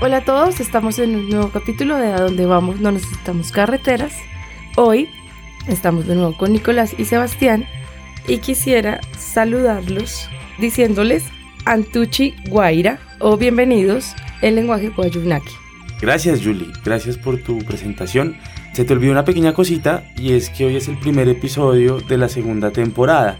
Hola a todos, estamos en un nuevo capítulo de A Dónde Vamos No Necesitamos Carreteras. Hoy estamos de nuevo con Nicolás y Sebastián y quisiera saludarlos diciéndoles Antuchi Guaira o bienvenidos en lenguaje guayunaki. Gracias, Julie, gracias por tu presentación. Se te olvidó una pequeña cosita y es que hoy es el primer episodio de la segunda temporada.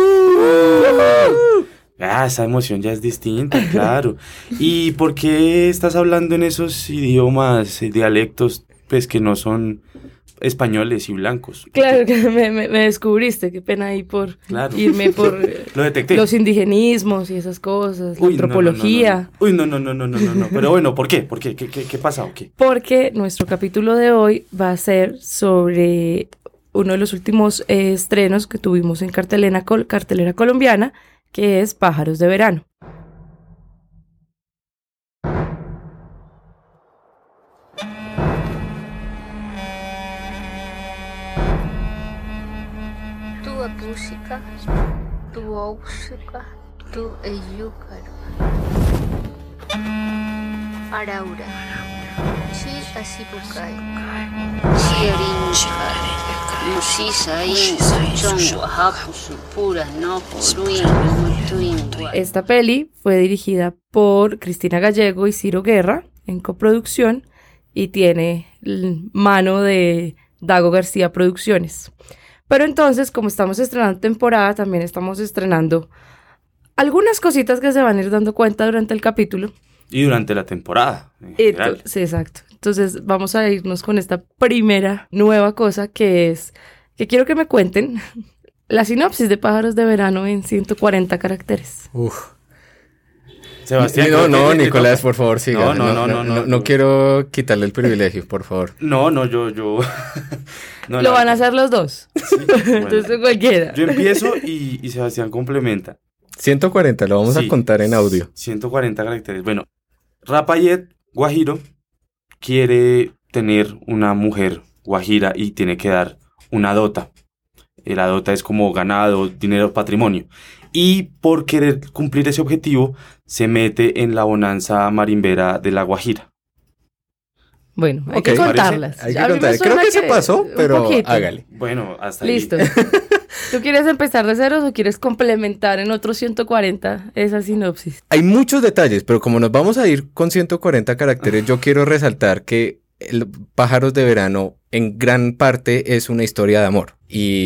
Esa emoción ya es distinta, claro. ¿Y por qué estás hablando en esos idiomas, dialectos, pues que no son españoles y blancos? Claro que me descubriste, qué pena ahí por irme por Lo detecté. Los indigenismos y esas cosas, la antropología. No. Pero bueno, ¿por qué? ¿Qué pasa o qué? Porque nuestro capítulo de hoy va a ser sobre uno de los últimos estrenos que tuvimos en cartelera colombiana, que es Pájaros de Verano. Tu música, tu música, tu eyúcaro. Araura. Chi asibukai. Chiarinka. Esta peli fue dirigida por Cristina Gallego y Ciro Guerra en coproducción y tiene mano de Dago García Producciones. Pero entonces, como estamos estrenando temporada, también estamos estrenando algunas cositas que se van a ir dando cuenta durante el capítulo. Y durante la temporada. Sí, exacto. Entonces vamos a irnos con esta primera nueva cosa que quiero que me cuenten la sinopsis de Pájaros de Verano en 140 caracteres. Sebastián. No, Nicolás, por favor, siga. No quiero quitarle el privilegio, por favor. Yo. No, lo van a hacer los dos. Sí, entonces bueno, cualquiera. Yo empiezo y Sebastián complementa. 140, lo vamos a contar en audio. 140 caracteres. Bueno, Rapayet Guajiro quiere tener una mujer guajira y tiene que dar una dota. La dota es como ganado, dinero, patrimonio. Y por querer cumplir ese objetivo, se mete en la bonanza marimbera de la Guajira. Bueno, hay que contarlas. Hay que contar. Creo que se pasó, pero hágale. Bueno, hasta listo. ahí. Listo. ¿Tú quieres empezar de ceros o quieres complementar en otros 140 esa sinopsis? Hay muchos detalles, pero como nos vamos a ir con 140 caracteres, yo quiero resaltar que Pájaros de Verano en gran parte es una historia de amor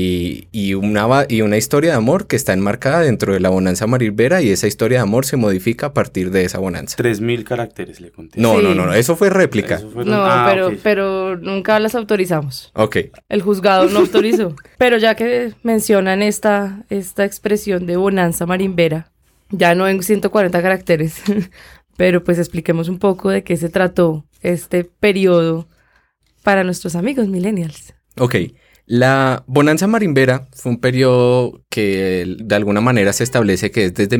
y una historia de amor que está enmarcada dentro de la bonanza marimbera y esa historia de amor se modifica a partir de esa bonanza. 3.000 caracteres le conté. No, eso fue réplica. Pero nunca las autorizamos. Ok. El juzgado no autorizó. Pero ya que mencionan esta expresión de bonanza marimbera, ya no en 140 caracteres, pero pues expliquemos un poco de qué se trató este periodo para nuestros amigos millennials. Ok, la bonanza marimbera fue un periodo que de alguna manera se establece que es desde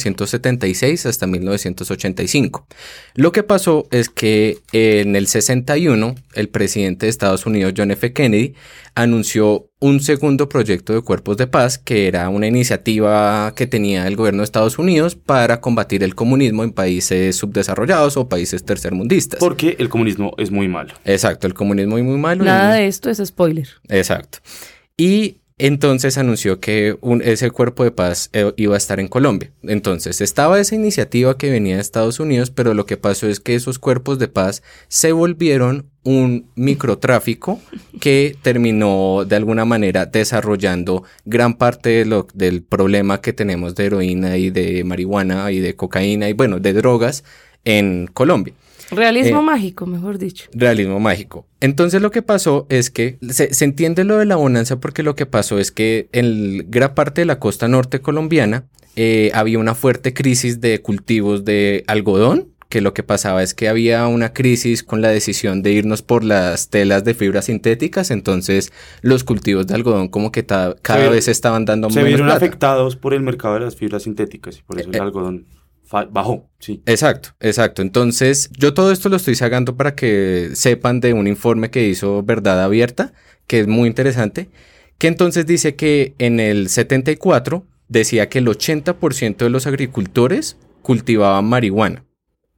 1976 hasta 1985. Lo que pasó es que en el 61 el presidente de Estados Unidos, John F. Kennedy, anunció un segundo proyecto de cuerpos de paz que era una iniciativa que tenía el gobierno de Estados Unidos para combatir el comunismo en países subdesarrollados o países tercermundistas. Porque el comunismo es muy malo. Exacto, el comunismo es muy malo. Nada de esto es spoiler. Exacto. Y entonces anunció que ese cuerpo de paz iba a estar en Colombia. Entonces estaba esa iniciativa que venía de Estados Unidos, pero lo que pasó es que esos cuerpos de paz se volvieron un microtráfico que terminó de alguna manera desarrollando gran parte del problema que tenemos de heroína y de marihuana y de cocaína y bueno, de drogas en Colombia. Realismo mágico, mejor dicho. Realismo mágico. Entonces lo que pasó es que se entiende lo de la bonanza porque lo que pasó es que en gran parte de la costa norte colombiana había una fuerte crisis de cultivos de algodón, que lo que pasaba es que había una crisis con la decisión de irnos por las telas de fibras sintéticas, entonces los cultivos de algodón como que cada vez se estaban dando menos plata. Se vieron afectados por el mercado de las fibras sintéticas y por eso el algodón bajó, sí. Exacto. Entonces, yo todo esto lo estoy sacando para que sepan de un informe que hizo Verdad Abierta, que es muy interesante, que entonces dice que en el 74 decía que el 80% de los agricultores cultivaban marihuana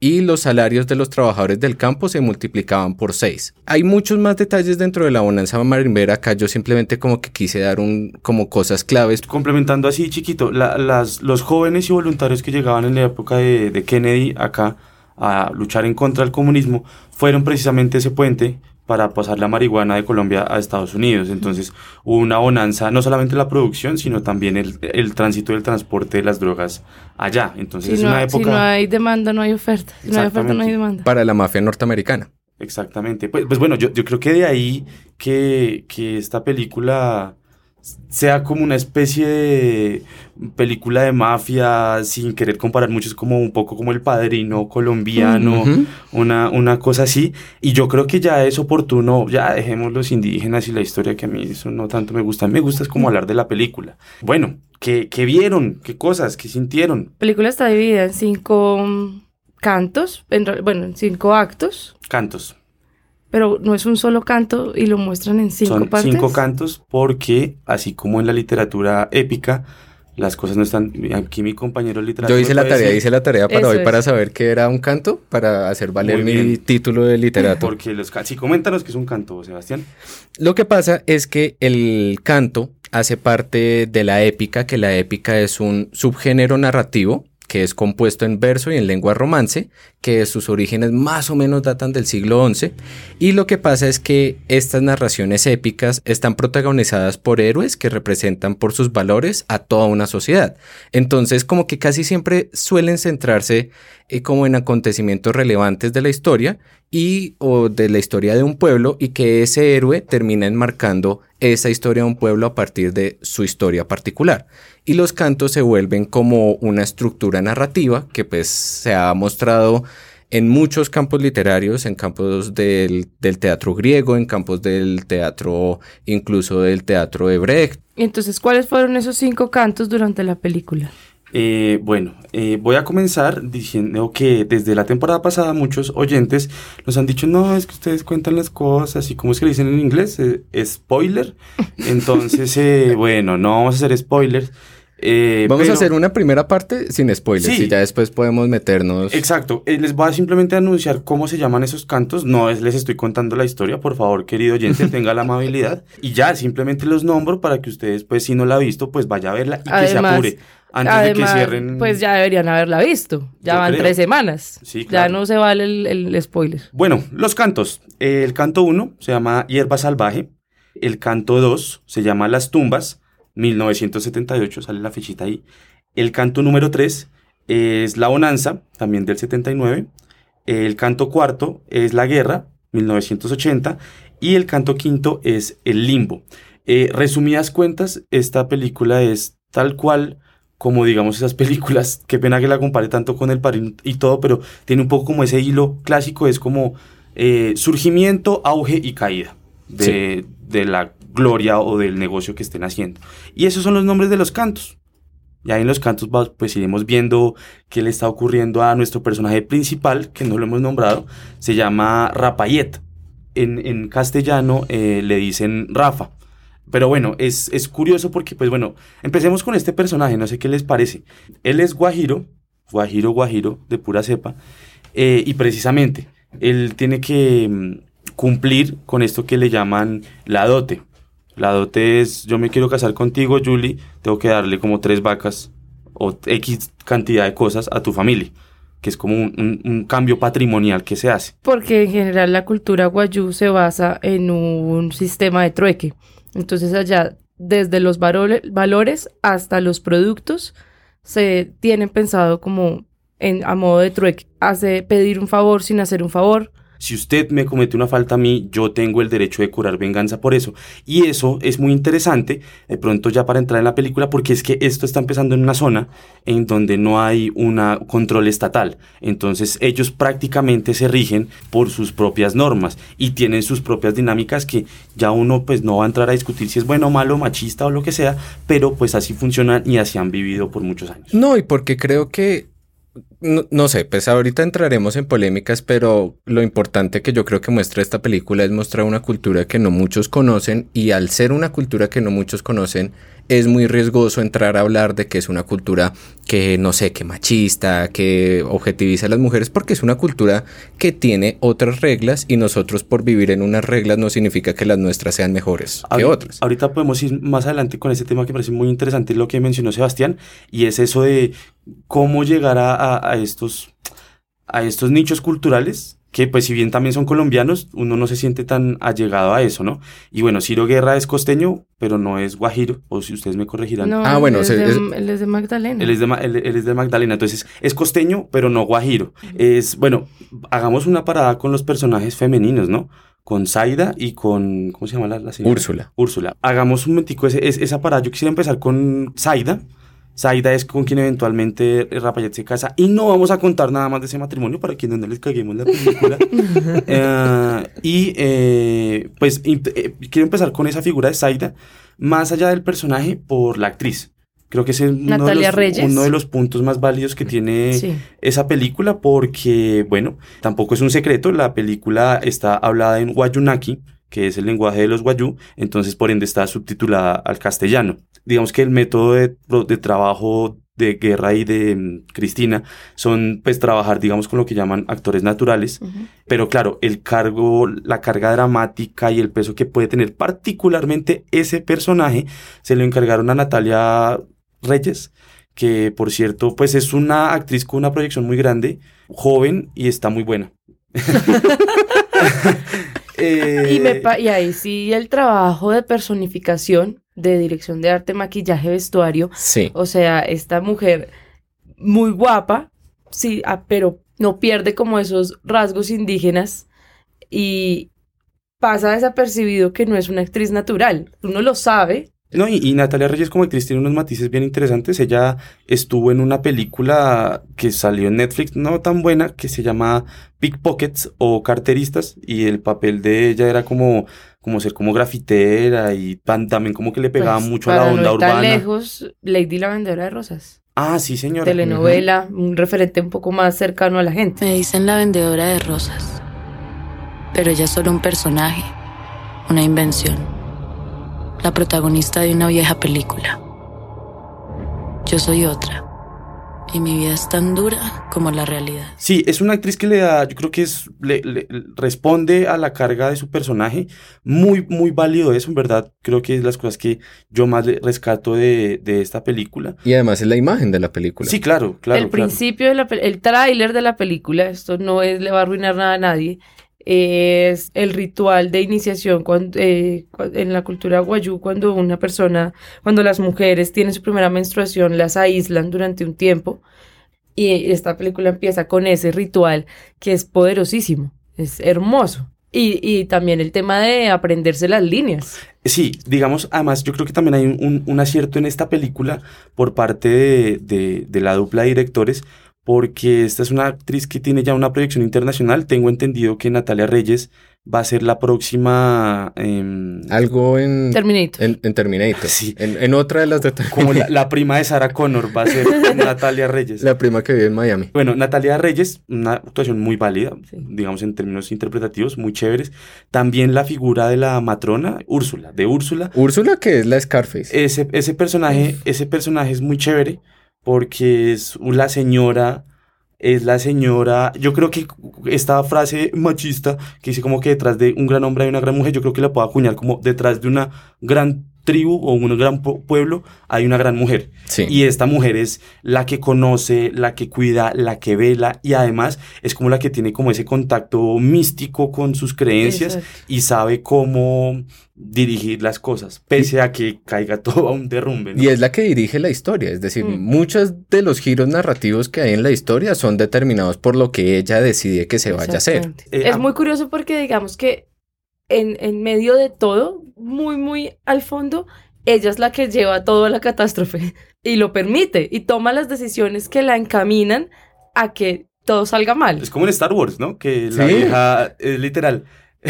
y los salarios de los trabajadores del campo se multiplicaban por 6. Hay muchos más detalles dentro de la bonanza marimbera. Acá yo simplemente como que quise dar como cosas claves. Complementando así, chiquito, los jóvenes y voluntarios que llegaban en la época de Kennedy acá a luchar en contra del comunismo fueron precisamente ese puente para pasar la marihuana de Colombia a Estados Unidos. Entonces hubo una bonanza, no solamente la producción, sino también el tránsito del transporte de las drogas allá. Entonces si es una época... Si no hay demanda, no hay oferta. Si no hay oferta, no hay demanda. Para la mafia norteamericana. Exactamente. Pues bueno, yo creo que de ahí que esta película sea como una especie de película de mafia, sin querer comparar mucho, es como un poco como El Padrino colombiano, una cosa así, y yo creo que ya es oportuno, ya dejemos los indígenas y la historia, que a mí eso no tanto me gusta es como hablar de la película. Bueno, ¿qué vieron? ¿Qué cosas? ¿Qué sintieron? La película está dividida en 5 cantos, en 5 actos. Cantos. Pero no es un solo canto y lo muestran en 5 partes. Son 5 cantos porque, así como en la literatura épica, las cosas no están... Aquí mi compañero de literatura... Yo hice la tarea para hoy para saber qué era un canto, para hacer valer mi título de literato. Porque sí, coméntanos qué es un canto, Sebastián. Lo que pasa es que el canto hace parte de la épica, que la épica es un subgénero narrativo que es compuesto en verso y en lengua romance, que sus orígenes más o menos datan del siglo XI, y lo que pasa es que estas narraciones épicas están protagonizadas por héroes que representan por sus valores a toda una sociedad. Entonces, como que casi siempre suelen centrarse como en acontecimientos relevantes de la historia o de la historia de un pueblo, y que ese héroe termina enmarcando esa historia de un pueblo a partir de su historia particular. Y los cantos se vuelven como una estructura narrativa que pues se ha mostrado en muchos campos literarios, en campos del teatro griego, en campos del teatro, incluso del teatro de Brecht. Entonces, ¿cuáles fueron esos 5 cantos durante la película? Voy a comenzar diciendo que desde la temporada pasada muchos oyentes nos han dicho, no, es que ustedes cuentan las cosas, y ¿cómo es que le dicen en inglés? Spoiler. Entonces, bueno, no vamos a hacer spoilers. Vamos a hacer una primera parte sin spoilers, sí, y ya después podemos meternos. Exacto, les voy a simplemente anunciar cómo se llaman esos cantos. No les estoy contando la historia, por favor, querido oyente, tenga la amabilidad. Y ya, simplemente los nombro para que ustedes, pues, si no la ha visto, pues vaya a verla y que se apure. Antes de que cierren... Pues ya deberían haberla visto. Ya van 3 semanas. Sí, claro. Ya no se vale el spoiler. Bueno, los cantos. El canto 1 se llama Hierba Salvaje. El canto 2 se llama Las Tumbas. 1978, sale la fechita ahí. El canto número 3 es La Bonanza, también del 79. El canto 4 es La Guerra, 1980. Y el canto 5 es El Limbo. Resumidas cuentas, esta película es tal cual como, digamos, esas películas, qué pena que la compare tanto con El Padrino y todo, pero tiene un poco como ese hilo clásico, es como surgimiento, auge y caída de la gloria o del negocio que estén haciendo. Y esos son los nombres de los cantos. Y ahí en los cantos pues iremos viendo qué le está ocurriendo a nuestro personaje principal, que no lo hemos nombrado, se llama Rapayet. En castellano le dicen Rafa. Pero bueno, es curioso porque, pues bueno, empecemos con este personaje, no sé qué les parece. Él es guajiro, de pura cepa, y precisamente él tiene que cumplir con esto que le llaman la dote. La dote es, yo me quiero casar contigo, Julie, tengo que darle como 3 vacas o X cantidad de cosas a tu familia, que es como un cambio patrimonial que se hace. Porque en general la cultura guayú se basa en un sistema de trueque. Entonces allá, desde los valores hasta los productos, se tienen pensado como a modo de trueque. Pedir un favor sin hacer un favor. Si usted me comete una falta a mí, yo tengo el derecho de cobrar venganza por eso. Y eso es muy interesante, de pronto ya para entrar en la película, porque es que esto está empezando en una zona en donde no hay un control estatal. Entonces ellos prácticamente se rigen por sus propias normas y tienen sus propias dinámicas que ya uno pues no va a entrar a discutir si es bueno, malo, machista o lo que sea, pero pues así funcionan y así han vivido por muchos años. No, y porque creo que no sé, pues ahorita entraremos en polémicas, pero lo importante que yo creo que muestra esta película es mostrar una cultura que no muchos conocen, y al ser una cultura que no muchos conocen, es muy riesgoso entrar a hablar de que es una cultura que, no sé, que machista, que objetiviza a las mujeres, porque es una cultura que tiene otras reglas, y nosotros por vivir en unas reglas no significa que las nuestras sean mejores que otras. Ahorita podemos ir más adelante con ese tema que parece muy interesante, lo que mencionó Sebastián, y es eso de cómo llegar a estos nichos culturales que, pues, si bien también son colombianos, uno no se siente tan allegado a eso, ¿no? Y bueno, Ciro Guerra es costeño, pero no es guajiro, o si ustedes me corregirán. No, bueno, él es de Magdalena. Él es de Magdalena, entonces es costeño, pero no guajiro. Bueno, hagamos una parada con los personajes femeninos, ¿no? Con Zaida y con, ¿cómo se llama la señora? Úrsula. Hagamos un momentico esa parada. Yo quisiera empezar con Zaida. Zaida es con quien eventualmente Rapayet se casa, y no vamos a contar nada más de ese matrimonio para que no les caguemos la película. Pues quiero empezar con esa figura de Zaida, más allá del personaje, por la actriz. Creo que es uno de los puntos más válidos que tiene esa película, porque, bueno, tampoco es un secreto, la película está hablada en Wayuunaki, que es el lenguaje de los wayuu, entonces por ende está subtitulada al castellano. Digamos que el método de trabajo de Guerra y de Cristina son, pues, trabajar, digamos, con lo que llaman actores naturales, pero claro, la carga dramática y el peso que puede tener particularmente ese personaje, se lo encargaron a Natalia Reyes, que por cierto, pues es una actriz con una proyección muy grande, joven, y está muy buena. Y ahí sí el trabajo de personificación, de dirección de arte, maquillaje, vestuario. Sí. O sea, esta mujer muy guapa, sí, pero no pierde como esos rasgos indígenas, y pasa desapercibido que no es una actriz natural. Uno lo sabe. No, y Natalia Reyes como actriz tiene unos matices bien interesantes. Ella estuvo en una película que salió en Netflix, no tan buena, que se llama Pickpockets o Carteristas, y el papel de ella era como ser como grafitera, y también como que le pegaba mucho a la onda urbana. Para no ir tan lejos, Lady la Vendedora de Rosas. Ah, sí, señora. Telenovela, un referente un poco más cercano a la gente. Me dicen la vendedora de rosas, pero ella es solo un personaje, una invención. La protagonista de una vieja película. Yo soy otra, y mi vida es tan dura como la realidad. Sí, es una actriz que yo creo que le responde a la carga de su personaje. Muy, muy válido eso, en verdad. Creo que es las cosas que yo más rescato de esta película. Y además es la imagen de la película. Sí, claro. El principio el tráiler de la película, esto no le va a arruinar nada a nadie, es el ritual de iniciación en la cultura wayuu, cuando las mujeres tienen su primera menstruación, las aíslan durante un tiempo, y esta película empieza con ese ritual que es poderosísimo, es hermoso. Y también el tema de aprenderse las líneas. Sí, digamos, además yo creo que también hay un acierto en esta película por parte de la dupla de directores, porque esta es una actriz que tiene ya una proyección internacional. Tengo entendido que Natalia Reyes va a ser la próxima... algo en Terminator. En Terminator. Sí. En otra de las de como la prima de Sarah Connor va a ser Natalia Reyes. La prima que vive en Miami. Bueno, Natalia Reyes, una actuación muy válida, digamos, en términos interpretativos, muy chéveres. También la figura de la matrona, Úrsula. Úrsula, que es la Scarface. Ese personaje es muy chévere, porque es la señora, yo creo que esta frase machista que dice como que detrás de un gran hombre hay una gran mujer, yo creo que la puedo acuñar como detrás de una gran tribu o un gran pueblo hay una gran mujer. Sí. Y esta mujer es la que conoce, la que cuida, la que vela, y además es como la que tiene como ese contacto místico con sus creencias. Exacto. Y sabe cómo dirigir las cosas, pese a que caiga todo a un derrumbe, ¿no? Y es la que dirige la historia, es decir, muchos de los giros narrativos que hay en la historia son determinados por lo que ella decide que se vaya a hacer. Es muy curioso porque digamos que en medio de todo, muy, muy al fondo, ella es la que lleva todo a la catástrofe y lo permite y toma las decisiones que la encaminan a que todo salga mal. Es como en Star Wars, ¿no? Que la vieja es literal.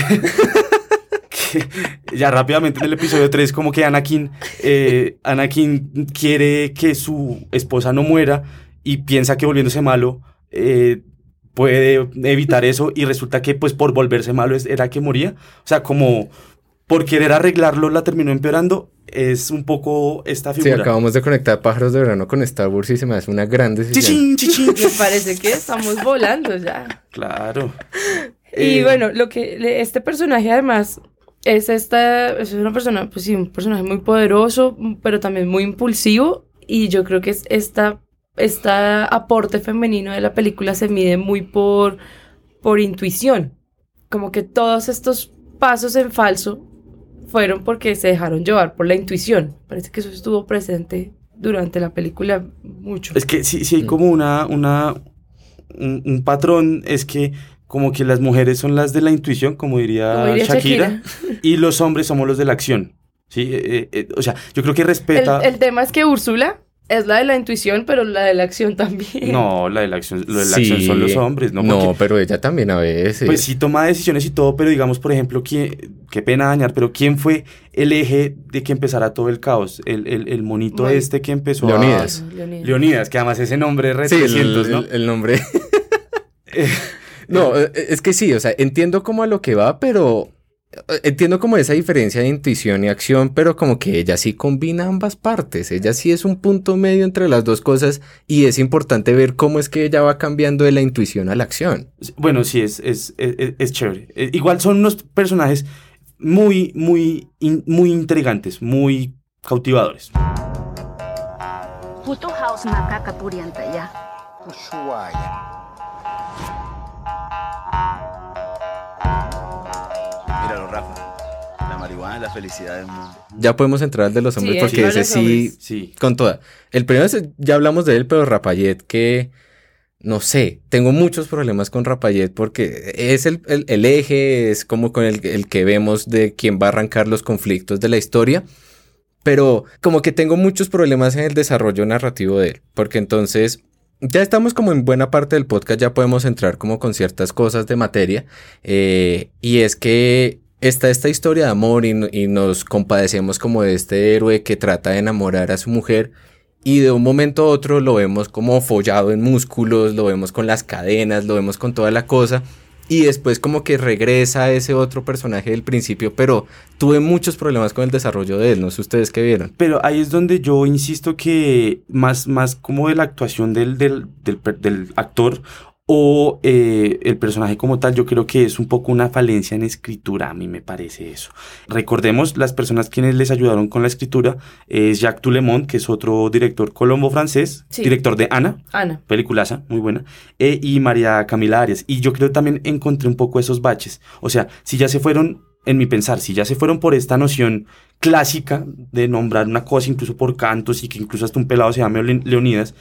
Ya rápidamente en el episodio 3 como que Anakin quiere que su esposa no muera y piensa que volviéndose malo puede evitar eso y resulta que pues por volverse malo era que moría. O sea, como por querer arreglarlo la terminó empeorando. Es un poco esta Sí, figura. acabamos de conectar Pájaros de Verano con Star Wars y se me hace una gran decisión. Chichín, chichín. Me parece que estamos volando ya. Claro. Y bueno, este personaje además es una persona, pues sí, un personaje muy poderoso, pero también muy impulsivo. Y yo creo que esta aporte femenino de la película se mide muy por intuición. Como que todos estos pasos en falso fueron porque se dejaron llevar por la intuición. Parece que eso estuvo presente durante la película mucho. Es que sí hay como un patrón, es que como que las mujeres son las de la intuición, como diría Shakira, y los hombres somos los de la acción. Sí, o sea, yo creo que respeta... El tema es que Úrsula es la de la intuición, pero la de la acción también. No, la de la acción, lo de la acción son los hombres, ¿no? No, pero ella también a veces. Pues sí toma decisiones y todo, pero digamos, por ejemplo, qué pena dañar, pero ¿quién fue el eje de que empezara todo el caos? El monito este que empezó Leonidas. Leonidas, que además ese nombre es re Sí, 300, ¿no? el nombre. No, es que sí, o sea, entiendo como a lo que va, pero... Entiendo como esa diferencia de intuición y acción, pero como que ella sí combina ambas partes. Ella sí es un punto medio entre las dos cosas y es importante ver cómo es que ella va cambiando de la intuición a la acción. Bueno, sí, es chévere. Igual son unos personajes muy intrigantes, muy cautivadores. Puto house macaca purienta ya. Míralo, Rafa. La marihuana es la felicidad del mundo. Ya podemos entrar al de los hombres, Sí, porque ese sí, con toda. El primero ya hablamos de él, pero Rapallet, que no sé, tengo muchos problemas con Rapallet porque es el eje, es como con el que vemos de quién va a arrancar los conflictos de la historia, pero como que tengo muchos problemas en el desarrollo narrativo de él, porque entonces... Ya estamos como en buena parte del podcast, ya podemos entrar como con ciertas cosas de materia, y es que está esta historia de amor y nos compadecemos como de este héroe que trata de enamorar a su mujer y de un momento a otro lo vemos como follado en músculos, lo vemos con las cadenas, lo vemos con toda la cosa y después como que regresa a ese otro personaje del principio, pero tuve muchos problemas con el desarrollo de él, no sé ustedes qué vieron. Pero ahí es donde yo insisto que más como de la actuación del actor o el personaje como tal, yo creo que es un poco una falencia en escritura, a mí me parece eso. Recordemos las personas quienes les ayudaron con la escritura, es Jacques Toulemont, que es otro director colombo-francés, Sí. director de Ana, peliculaza, muy buena, y María Camila Arias. Y yo creo que también encontré un poco esos baches. O sea, si ya se fueron, en mi pensar, si ya se fueron por esta noción clásica de nombrar una cosa incluso por cantos y que incluso hasta un pelado se llame Leonidas,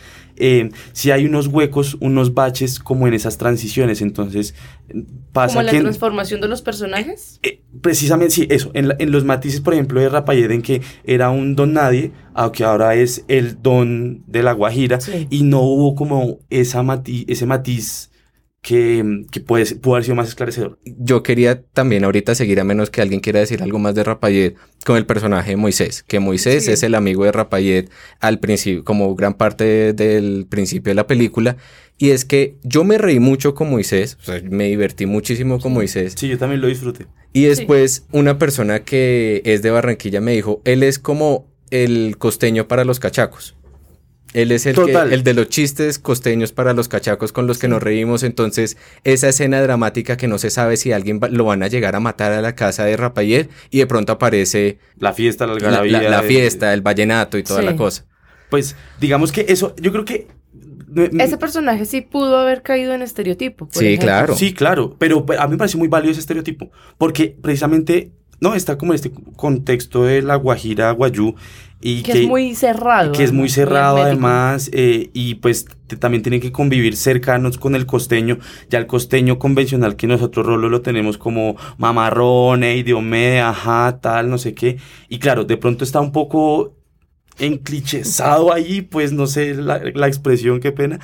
si hay unos huecos, unos baches como en esas transiciones, entonces pasa ¿Como la que... transformación de los personajes? Precisamente, sí, eso, en los matices, por ejemplo, de Rapallet, en que era un don nadie, aunque ahora es el don de la Guajira, Sí. y no hubo como ese matiz que pudo haber sido más esclarecedor. Yo quería también ahorita seguir, a menos que alguien quiera decir algo más de Rapallet, con el personaje de Moisés, que Moisés Sí. es el amigo de Rapallet al principio, como gran parte del principio de la película, y es que yo me reí mucho con Moisés, o sea, me divertí muchísimo con Moisés, Sí, yo también lo disfruté. y después una persona que es de Barranquilla me dijo, él es como el costeño para los cachacos. Él es el de los chistes costeños para los cachacos con los que nos reímos. Entonces, esa escena dramática que no se sabe si alguien lo van a llegar a matar a la casa de Rapallet y de pronto aparece La fiesta, la algarabía. la fiesta, el vallenato y toda Sí. la cosa. Pues, digamos que eso, yo creo que... Ese personaje sí pudo haber caído en estereotipo. por Sí, ejemplo. claro. Sí, claro, pero a mí me parece muy válido ese estereotipo, porque precisamente, no, está como en este contexto de la Guajira, Guayú, y Que es muy cerrado. que es muy además, cerrado hermético. además, y pues también tienen que convivir cercanos con el costeño, ya el costeño convencional que nosotros Rolo lo tenemos como mamarrón, idiome, ajá, tal, no sé qué, y claro, de pronto está un poco enclichesado ahí, pues no sé la expresión, qué pena,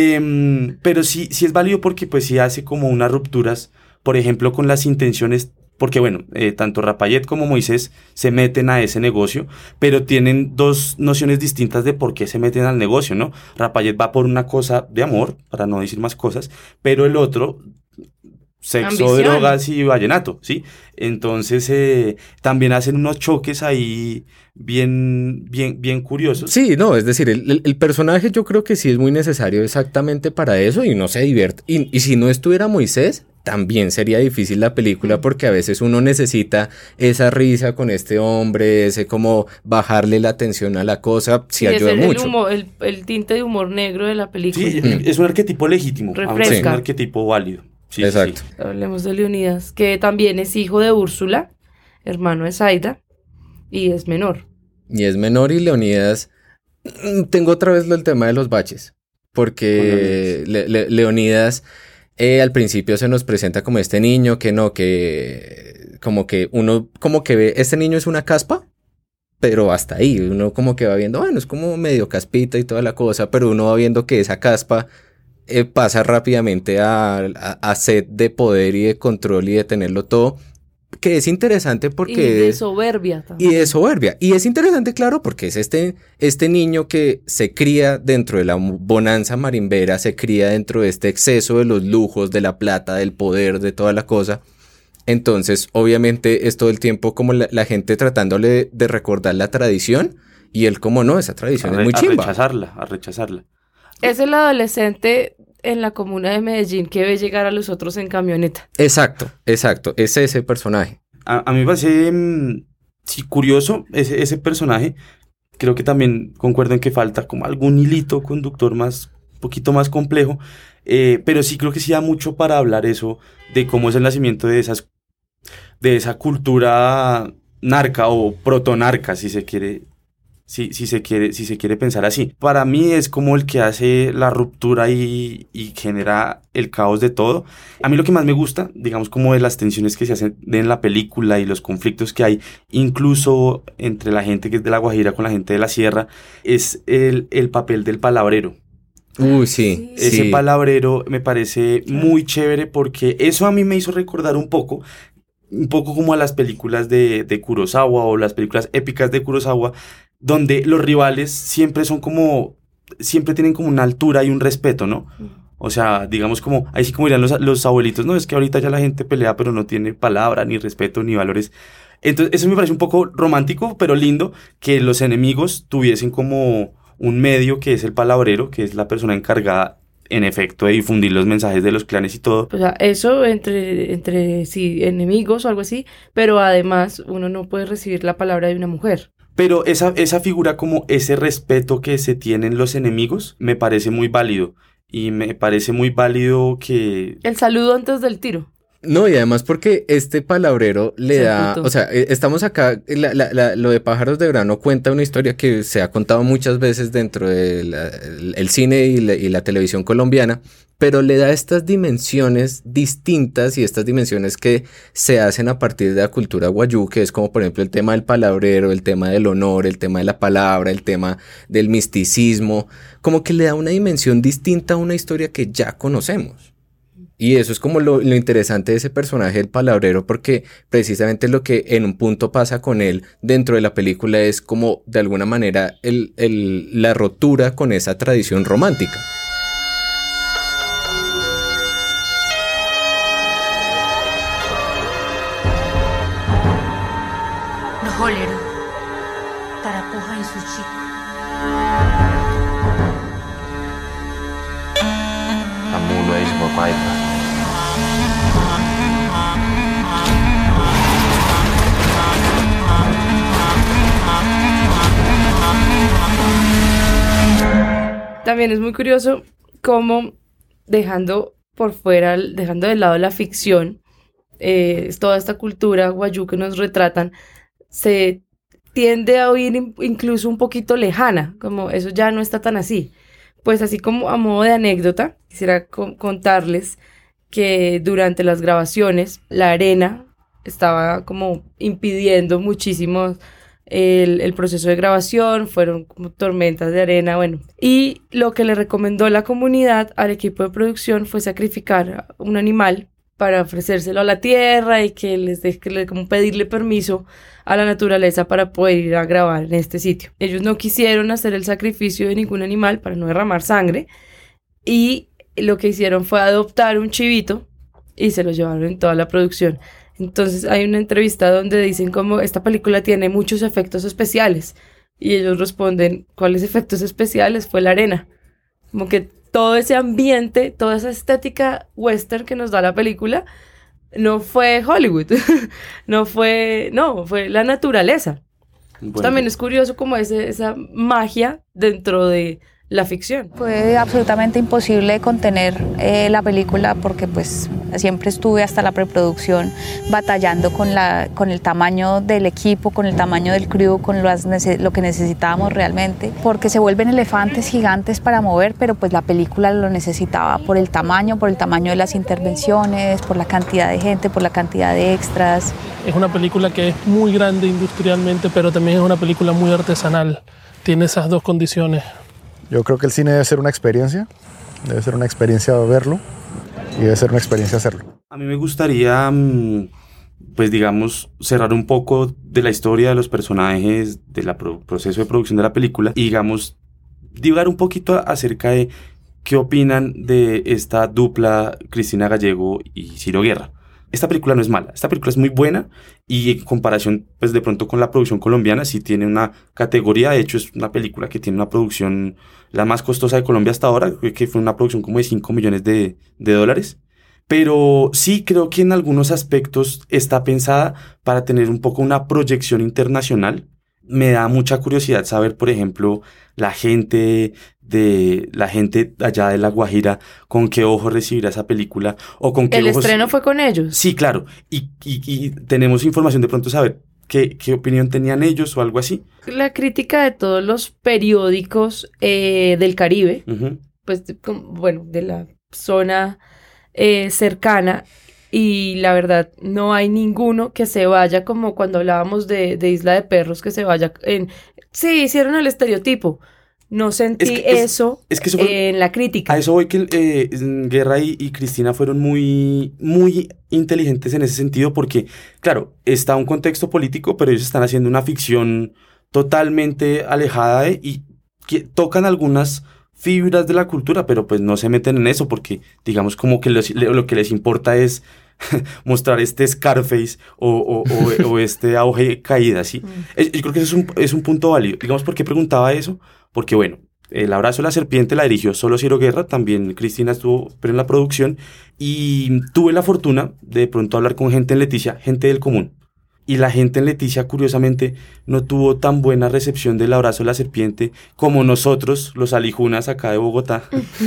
pero sí es válido porque pues sí hace como unas rupturas, por ejemplo, con las intenciones porque bueno, tanto Rapallet como Moisés se meten a ese negocio, pero tienen dos nociones distintas de por qué se meten al negocio, ¿no? Rapallet va por una cosa de amor, para no decir más cosas, pero el otro, sexo, Ambición. drogas y vallenato, ¿sí? Entonces también hacen unos choques ahí bien curiosos. Sí, no, es decir, el personaje yo creo que sí es muy necesario exactamente para eso y no se divierte. Y si no estuviera Moisés, también sería difícil la película porque a veces uno necesita esa risa con este hombre, ese como bajarle la atención a la cosa, sí ayuda es mucho. el tinte de humor negro de la película. Sí, es un arquetipo legítimo, aunque es Refresca. un arquetipo válido. Sí, Exacto. sí. Hablemos de Leonidas, que también es hijo de Úrsula, hermano de Zaida, y es menor. Y es menor y Leonidas, tengo otra vez el tema de los baches, porque Leonidas al principio se nos presenta como este niño que no, que como que uno como que ve, este niño es una caspa, pero hasta ahí, uno como que va viendo, bueno, es como medio caspita y toda la cosa, pero uno va viendo que esa caspa pasa rápidamente a sed de poder y de control y de tenerlo todo, que es interesante porque Y de soberbia también. y de soberbia. Y es interesante, claro, porque es este niño que se cría dentro de la bonanza marimbera, se cría dentro de este exceso de los lujos, de la plata, del poder, de toda la cosa. Entonces, obviamente, es todo el tiempo como la gente tratándole de recordar la tradición y él como no, esa tradición es muy chimba. A rechazarla. Es el adolescente en la comuna de Medellín que ve llegar a los otros en camioneta. Exacto, es ese personaje. A mí me parece sí, curioso ese personaje. Creo que también concuerdo en que falta como algún hilito conductor poquito más complejo. Pero sí creo que sí da mucho para hablar eso de cómo es el nacimiento de esa cultura narca o protonarca, si se quiere. Si se quiere pensar así. Para mí es como el que hace la ruptura y genera el caos de todo. A mí lo que más me gusta, digamos, como de las tensiones que se hacen en la película y los conflictos que hay, incluso entre la gente que es de La Guajira con la gente de la Sierra, es el papel del palabrero. Uy, sí. Ese palabrero me parece muy chévere porque eso a mí me hizo recordar un poco como a las películas de Kurosawa o las películas épicas de Kurosawa, donde los rivales siempre tienen como una altura y un respeto, ¿no? O sea, digamos como, ahí sí como dirían los abuelitos, no, es que ahorita ya la gente pelea pero no tiene palabra, ni respeto, ni valores. Entonces, eso me parece un poco romántico, pero lindo, que los enemigos tuviesen como un medio que es el palabrero, que es la persona encargada, en efecto, de difundir los mensajes de los clanes y todo. O sea, eso entre sí, enemigos o algo así, pero además uno no puede recibir la palabra de una mujer. Pero esa figura, como ese respeto que se tienen los enemigos, me parece muy válido. Y me parece muy válido que... El saludo antes del tiro. No, y además porque este palabrero le Se da, emputó. o sea, estamos acá, lo de Pájaros de Verano cuenta una historia que se ha contado muchas veces dentro del el cine y la televisión colombiana, pero le da estas dimensiones distintas y estas dimensiones que se hacen a partir de la cultura guayú, que es como por ejemplo el tema del palabrero, el tema del honor, el tema de la palabra, el tema del misticismo, como que le da una dimensión distinta a una historia que ya conocemos. Y eso es como lo interesante de ese personaje, el palabrero, porque precisamente lo que en un punto pasa con él dentro de la película es como de alguna manera la rotura con esa tradición romántica. Noholero, Tarapuja y su chico. Amulo es Bopaipa. También es muy curioso cómo dejando de lado la ficción, toda esta cultura guayú que nos retratan, se tiende a oír incluso un poquito lejana, como eso ya no está tan así. Pues así como a modo de anécdota, quisiera contarles que durante las grabaciones la arena estaba como impidiendo muchísimo el proceso de grabación, fueron como tormentas de arena, bueno. Y lo que le recomendó la comunidad al equipo de producción fue sacrificar un animal para ofrecérselo a la tierra y que como pedirle permiso a la naturaleza para poder ir a grabar en este sitio. Ellos no quisieron hacer el sacrificio de ningún animal para no derramar sangre y lo que hicieron fue adoptar un chivito y se lo llevaron en toda la producción. Entonces hay una entrevista donde dicen como esta película tiene muchos efectos especiales y ellos responden, ¿cuáles efectos especiales? Fue la arena. Como que todo ese ambiente, toda esa estética western que nos da la película no fue Hollywood, fue la naturaleza. Bueno. También es curioso como esa magia dentro de la ficción. Fue absolutamente imposible contener la película porque pues siempre estuve hasta la preproducción batallando con el tamaño del equipo, con el tamaño del crew, con lo que necesitábamos realmente, porque se vuelven elefantes gigantes para mover, pero pues la película lo necesitaba por el tamaño de las intervenciones, por la cantidad de gente, por la cantidad de extras. Es una película que es muy grande industrialmente, pero también es una película muy artesanal. Tiene esas dos condiciones. Yo creo que el cine debe ser una experiencia verlo y debe ser una experiencia hacerlo. A mí me gustaría, pues digamos, cerrar un poco de la historia de los personajes, del proceso de producción de la película y digamos, divagar un poquito acerca de qué opinan de esta dupla Cristina Gallego y Ciro Guerra. Esta película no es mala, esta película es muy buena y en comparación pues de pronto con la producción colombiana sí tiene una categoría, de hecho es una película que tiene una producción la más costosa de Colombia hasta ahora, creo que fue una producción como de 5 millones de dólares, pero sí creo que en algunos aspectos está pensada para tener un poco una proyección internacional. Me da mucha curiosidad saber, por ejemplo, la gente allá de La Guajira, con qué ojo recibirá esa película o con qué ¿El ojos... estreno fue con ellos? Sí, claro, y tenemos información de pronto saber qué opinión tenían ellos o algo así. La crítica de todos los periódicos del Caribe, Uh-huh. pues bueno, de la zona cercana, y la verdad no hay ninguno que se vaya como cuando hablábamos de Isla de Perros, que se vaya sí, hicieron el estereotipo. No sentí eso en la crítica. A eso voy, que Guerra y Cristina fueron muy, muy inteligentes en ese sentido porque, claro, está un contexto político, pero ellos están haciendo una ficción totalmente alejada y que tocan algunas fibras de la cultura, pero pues no se meten en eso porque, digamos, como que lo que les importa es mostrar este Scarface o este auge caída, ¿sí? Yo creo que eso es un punto válido. Digamos, ¿por qué preguntaba eso? Porque, bueno, El abrazo de la serpiente la dirigió solo Ciro Guerra, también Cristina estuvo en la producción, y tuve la fortuna de pronto hablar con gente en Leticia, gente del común. Y la gente en Leticia, curiosamente, no tuvo tan buena recepción del abrazo de la serpiente como nosotros, los alijunas acá de Bogotá.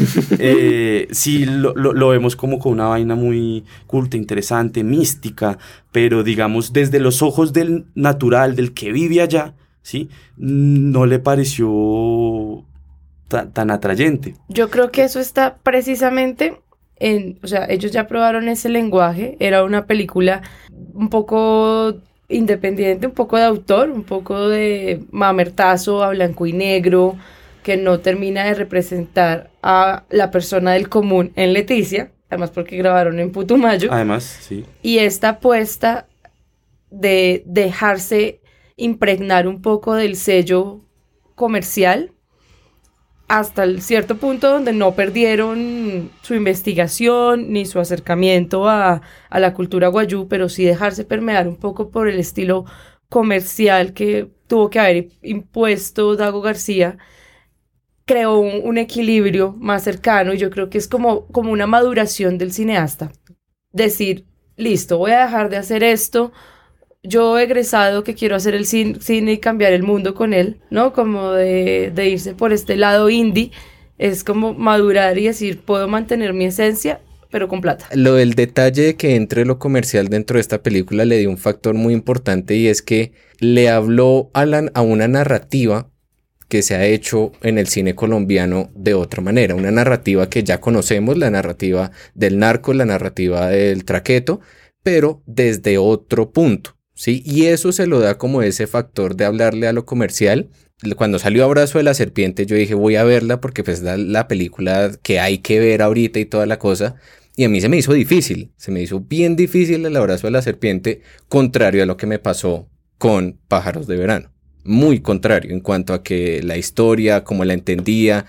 Sí, lo vemos como con una vaina muy culta, interesante, mística, pero digamos, desde los ojos del natural, del que vive allá, ¿sí? No le pareció tan atrayente. Yo creo que eso está precisamente o sea, ellos ya probaron ese lenguaje, era una película un poco independiente, un poco de autor, un poco de mamertazo a blanco y negro, que no termina de representar a la persona del común en Leticia, además porque grabaron en Putumayo. Además, sí. Y esta apuesta de dejarse impregnar un poco del sello comercial, hasta el cierto punto donde no perdieron su investigación ni su acercamiento a la cultura guayú, pero sí dejarse permear un poco por el estilo comercial que tuvo que haber impuesto Dago García, creó un equilibrio más cercano, y yo creo que es como una maduración del cineasta. Decir, listo, voy a dejar de hacer esto, yo egresado que quiero hacer el cine y cambiar el mundo con él, ¿no? Como de irse por este lado indie, es como madurar y decir, puedo mantener mi esencia, pero con plata. Lo del detalle de que entre lo comercial dentro de esta película le dio un factor muy importante, y es que le habló a una narrativa que se ha hecho en el cine colombiano de otra manera, una narrativa que ya conocemos, la narrativa del narco, la narrativa del traqueto, pero desde otro punto. ¿Sí? Y eso se lo da como ese factor de hablarle a lo comercial. Cuando salió Abrazo de la Serpiente, yo dije, voy a verla porque pues es la película que hay que ver ahorita y toda la cosa. Y a mí se me hizo difícil, se me hizo bien difícil El abrazo de la serpiente, contrario a lo que me pasó con Pájaros de verano. Muy contrario en cuanto a que la historia, como la entendí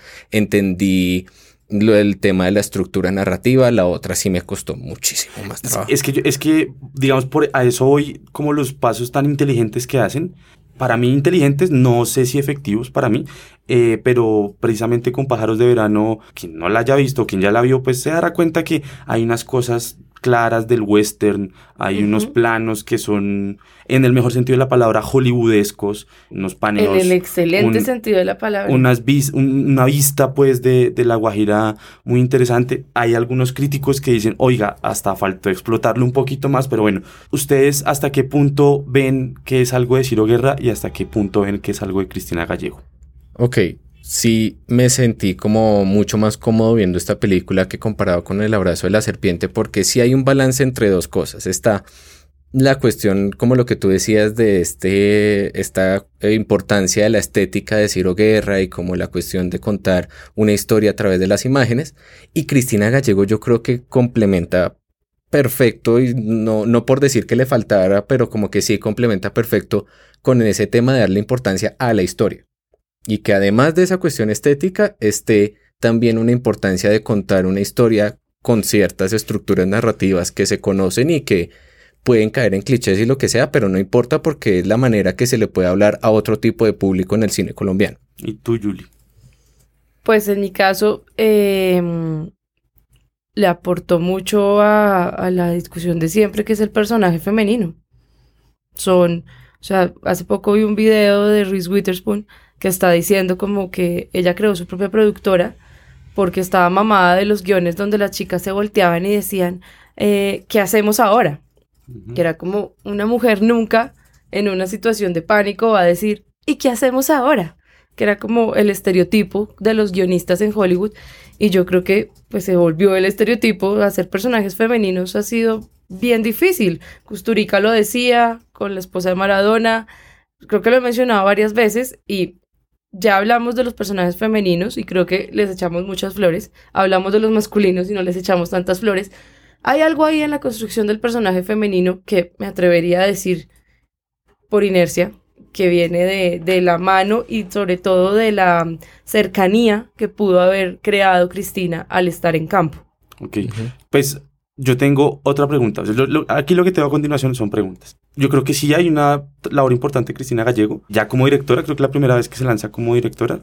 el tema de la estructura narrativa, la otra sí me costó muchísimo más trabajo. Es que digamos, a eso voy, como los pasos tan inteligentes que hacen. Para mí inteligentes, no sé si efectivos para mí, pero precisamente con Pájaros de verano, quien no la haya visto, quien ya la vio, pues se dará cuenta que hay unas cosas claras del western, hay unos planos que son, en el mejor sentido de la palabra, hollywoodescos, unos paneos. En el excelente sentido de la palabra. Una vista, pues, de La Guajira muy interesante. Hay algunos críticos que dicen, oiga, hasta faltó explotarlo un poquito más, pero bueno, ¿ustedes hasta qué punto ven que es algo de Ciro Guerra y hasta qué punto ven que es algo de Cristina Gallego? Ok, sí me sentí como mucho más cómodo viendo esta película que comparado con El abrazo de la serpiente, porque sí hay un balance entre dos cosas. Está la cuestión, como lo que tú decías, de esta importancia de la estética de Ciro Guerra y como la cuestión de contar una historia a través de las imágenes. Y Cristina Gallego yo creo que complementa perfecto, y no por decir que le faltara, pero como que sí complementa perfecto con ese tema de darle importancia a la historia. Y que además de esa cuestión estética, esté también una importancia de contar una historia con ciertas estructuras narrativas que se conocen y que pueden caer en clichés y lo que sea, pero no importa porque es la manera que se le puede hablar a otro tipo de público en el cine colombiano. ¿Y tú, Julie? Pues en mi caso, le aportó mucho a la discusión de siempre, que es el personaje femenino. Hace poco vi un video de Reese Witherspoon que está diciendo como que ella creó su propia productora porque estaba mamada de los guiones donde las chicas se volteaban y decían, ¿qué hacemos ahora? Que era como una mujer nunca en una situación de pánico va a decir, ¿y qué hacemos ahora? Que era como el estereotipo de los guionistas en Hollywood, y yo creo que pues se volvió el estereotipo. Hacer personajes femeninos ha sido bien difícil. Kusturica lo decía con la esposa de Maradona, creo que lo he mencionado varias veces, y ya hablamos de los personajes femeninos y creo que les echamos muchas flores. Hablamos de los masculinos y no les echamos tantas flores. Hay algo ahí en la construcción del personaje femenino que me atrevería a decir por inercia, que viene de la mano y sobre todo de la cercanía que pudo haber creado Cristina al estar en campo. Ok, pues yo tengo otra pregunta. Aquí lo que tengo a continuación son preguntas. Yo creo que sí hay una labor importante de Cristina Gallego, ya como directora. Creo que la primera vez que se lanza como directora,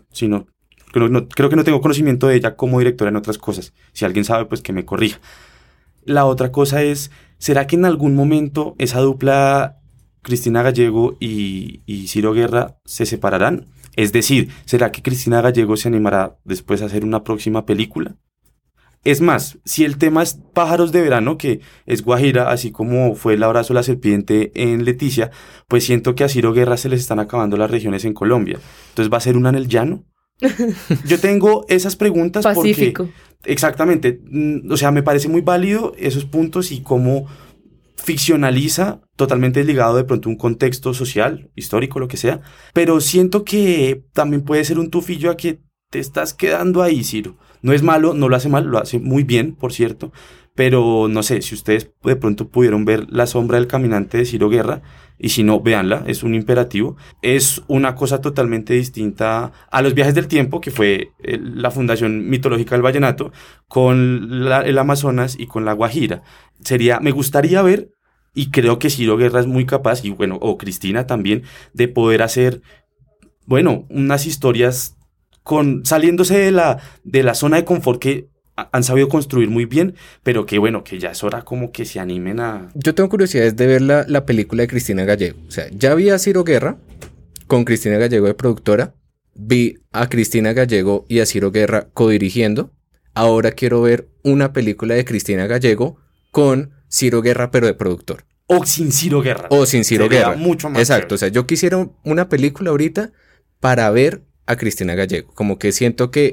creo que no tengo conocimiento de ella como directora en otras cosas. Si alguien sabe, pues que me corrija. La otra cosa es, ¿será que en algún momento esa dupla Cristina Gallego y Ciro Guerra se separarán? Es decir, ¿será que Cristina Gallego se animará después a hacer una próxima película? Es más, si el tema es Pájaros de verano, que es Guajira, así como fue El abrazo de la serpiente en Leticia, pues siento que a Ciro Guerra se les están acabando las regiones en Colombia. Entonces, ¿va a ser una en el llano? Yo tengo esas preguntas Pacífico. Porque... Exactamente. O sea, me parece muy válido esos puntos y cómo ficcionaliza, totalmente desligado de pronto un contexto social, histórico, lo que sea. Pero siento que también puede ser un tufillo a que te estás quedando ahí, Ciro. No es malo, no lo hace mal, lo hace muy bien, por cierto. Pero no sé, si ustedes de pronto pudieron ver La sombra del caminante de Ciro Guerra, y si no, véanla, es un imperativo. Es una cosa totalmente distinta a Los viajes del tiempo, que fue la fundación mitológica del vallenato, con el Amazonas y con La Guajira. Me gustaría ver, y creo que Ciro Guerra es muy capaz, y bueno, o Cristina también, de poder hacer, bueno, unas historias saliéndose de la zona de confort que han sabido construir muy bien, pero que bueno, que ya es hora como que se animen a... Yo tengo curiosidades de ver la película de Cristina Gallego. O sea, ya vi a Ciro Guerra con Cristina Gallego de productora, vi a Cristina Gallego y a Ciro Guerra codirigiendo. Ahora quiero ver una película de Cristina Gallego con Ciro Guerra pero de productor. O sin Ciro Guerra. O sin Ciro Sería Guerra. Mucho más exacto, chévere. O sea, yo quisiera una película ahorita para ver a Cristina Gallego. Como que siento que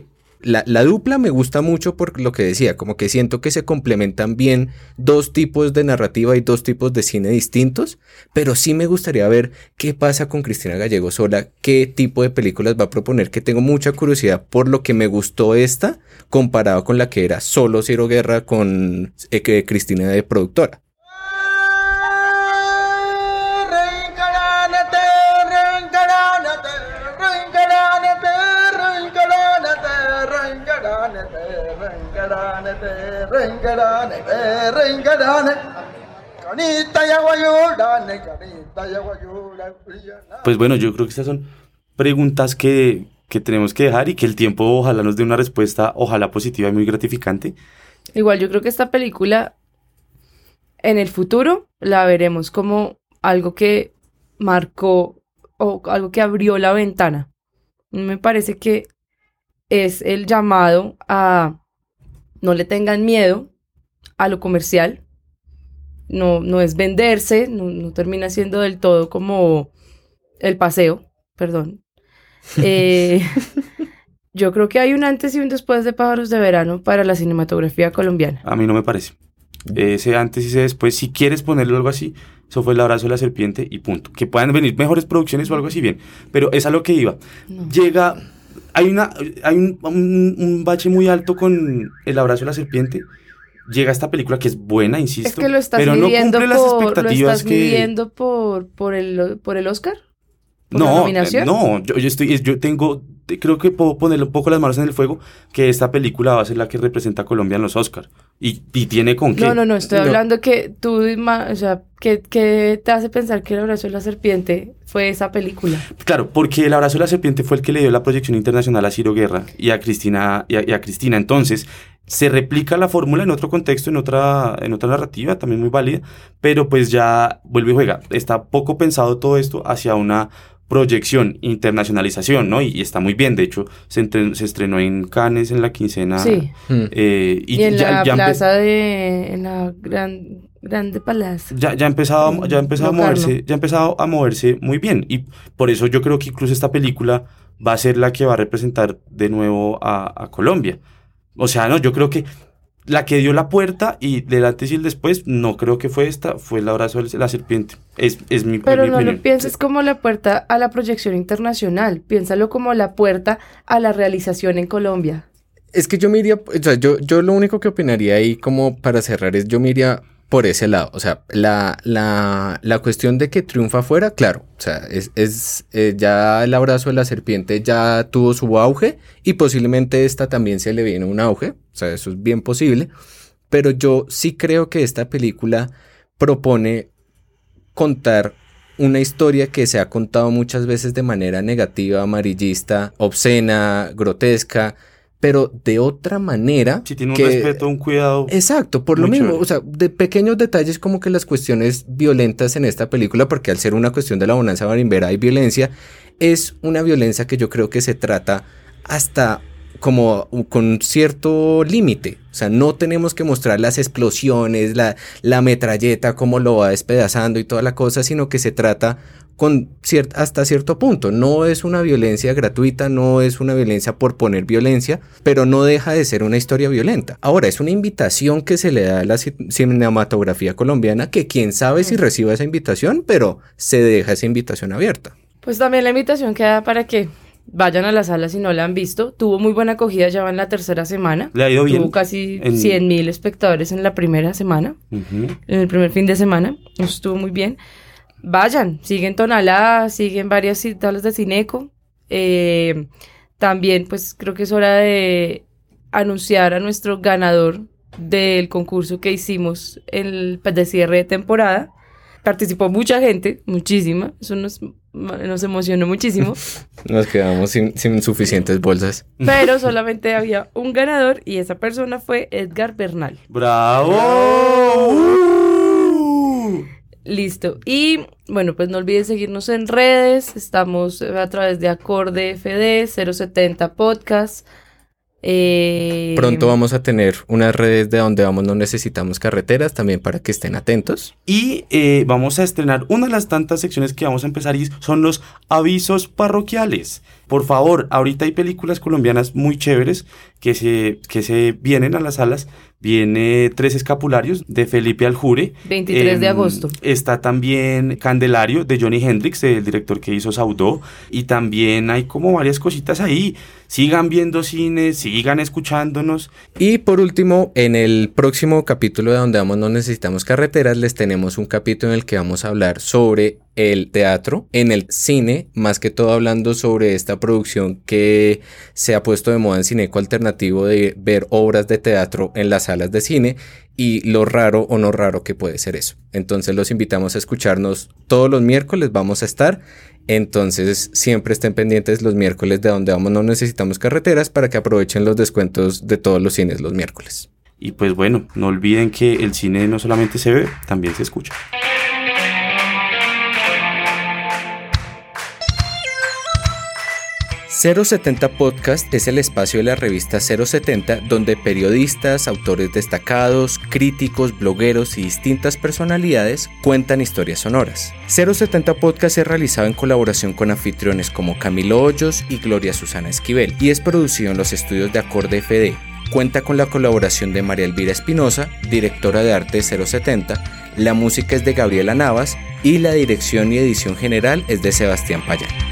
la dupla me gusta mucho por lo que decía, como que siento que se complementan bien dos tipos de narrativa y dos tipos de cine distintos, pero sí me gustaría ver qué pasa con Cristina Gallego sola, qué tipo de películas va a proponer, que tengo mucha curiosidad por lo que me gustó esta, comparado con la que era solo Ciro Guerra con Cristina de productora. Pues bueno, yo creo que estas son preguntas que tenemos que dejar y que el tiempo ojalá nos dé una respuesta, ojalá positiva y muy gratificante. Igual yo creo que esta película en el futuro la veremos como algo que marcó o algo que abrió la ventana. Me parece que es el llamado a no le tengan miedo a lo comercial. No es venderse, no termina siendo del todo como el paseo, perdón. Yo creo que hay un antes y un después de Pájaros de Verano para la cinematografía colombiana. A mí no me parece. Ese antes y ese después, si quieres ponerlo algo así, eso fue El Abrazo de la Serpiente y punto. Que puedan venir mejores producciones o algo así, bien. Pero es a lo que iba. No. Hay un bache muy alto con El Abrazo de la Serpiente. Llega esta película que es buena, insisto, es que lo estás pero no cumple las expectativas ¿lo estás que... midiendo por el Oscar? ¿Por la No, nominación? yo tengo, creo que puedo ponerle un poco las manos en el fuego, que esta película va a ser la que representa a Colombia en los Oscar. Y tiene con qué. No, estoy hablando que tú, o sea, que te hace pensar que El Abrazo de la Serpiente fue esa película. Claro, porque El Abrazo de la Serpiente fue el que le dio la proyección internacional a Ciro Guerra y a Cristina. Entonces, se replica la fórmula en otro contexto, en otra narrativa, también muy válida, pero pues ya vuelve y juega. Está poco pensado todo esto hacia una proyección, internacionalización, ¿no? Y está muy bien, de hecho, se estrenó en Cannes en la quincena. Sí. Y en la plaza en la Grande Palacio. Ya ha empezado a moverse muy bien, y por eso yo creo que incluso esta película va a ser la que va a representar de nuevo a Colombia. O sea, no, yo creo que la que dio la puerta y del antes y el después, no creo que fue esta, fue El Abrazo de la Serpiente. Es mi Pero no opinión. lo pienses como la puerta a la proyección internacional, piénsalo como la puerta a la realización en Colombia. Es que yo me iría, o sea, yo lo único que opinaría ahí como para cerrar es yo me iría por ese lado. O sea, la cuestión de que triunfa afuera, claro, o sea, ya El Abrazo de la Serpiente ya tuvo su auge y posiblemente esta también se le viene un auge, o sea, eso es bien posible, pero yo sí creo que esta película propone contar una historia que se ha contado muchas veces de manera negativa, amarillista, obscena, grotesca, pero de otra manera. Si tiene un respeto, un cuidado. Exacto, por lo mismo, chévere. O sea, de pequeños detalles como que las cuestiones violentas en esta película, porque al ser una cuestión de la bonanza marimbera hay violencia, es una violencia que yo creo que se trata hasta como con cierto límite. O sea, no tenemos que mostrar las explosiones, la metralleta, cómo lo va despedazando y toda la cosa, sino que se trata hasta cierto punto. No es una violencia gratuita, no es una violencia por poner violencia, pero no deja de ser una historia violenta. Ahora, es una invitación que se le da a la cinematografía colombiana, que quién sabe si reciba esa invitación, pero se deja esa invitación abierta. Pues también la invitación queda para que vayan a la sala si no la han visto. Tuvo muy buena acogida, ya va en la tercera semana. Le ha ido bien. Tuvo casi 100,000 espectadores en la primera semana, en el primer fin de semana. Estuvo muy bien. Vayan, siguen Tonalá, siguen varias salas de Cineco. También pues creo que es hora de anunciar a nuestro ganador del concurso que hicimos de cierre de temporada. Participó mucha gente, muchísima, eso nos emocionó muchísimo. Nos quedamos sin suficientes bolsas. Pero solamente había un ganador y esa persona fue Edgar Bernal. ¡Bravo! Listo. Y bueno, pues no olviden seguirnos en redes. Estamos a través de Acorde FD 070 Podcast. Pronto vamos a tener unas redes de donde vamos no necesitamos carreteras también para que estén atentos. Y vamos a estrenar una de las tantas secciones que vamos a empezar y son los avisos parroquiales. Por favor, ahorita hay películas colombianas muy chéveres que se vienen a las salas. Viene 3 escapularios de Felipe Aljure. 23 de agosto. Está también Candelario de Johnny Hendrix, el director que hizo Saudó. Y también hay como varias cositas ahí. Sigan viendo cine, sigan escuchándonos. Y por último, en el próximo capítulo de Donde Vamos No Necesitamos Carreteras, les tenemos un capítulo en el que vamos a hablar sobre el teatro en el cine, más que todo hablando sobre esta producción que se ha puesto de moda en Cineco Alternativo de ver obras de teatro en las salas de cine y lo raro o no raro que puede ser eso. Entonces los invitamos a escucharnos todos los miércoles, vamos a estar. Entonces siempre estén pendientes los miércoles de Donde Vamos No Necesitamos Carreteras para que aprovechen los descuentos de todos los cines los miércoles. Y pues bueno, no olviden que el cine no solamente se ve, también se escucha. .070 Podcast es el espacio de la revista 070 donde periodistas, autores destacados, críticos, blogueros y distintas personalidades cuentan historias sonoras. 070 Podcast es realizado en colaboración con anfitriones como Camilo Hoyos y Gloria Susana Esquivel y es producido en los estudios de Acorde FD. Cuenta con la colaboración de María Elvira Espinosa, directora de arte de 070, la música es de Gabriela Navas y la dirección y edición general es de Sebastián Payán.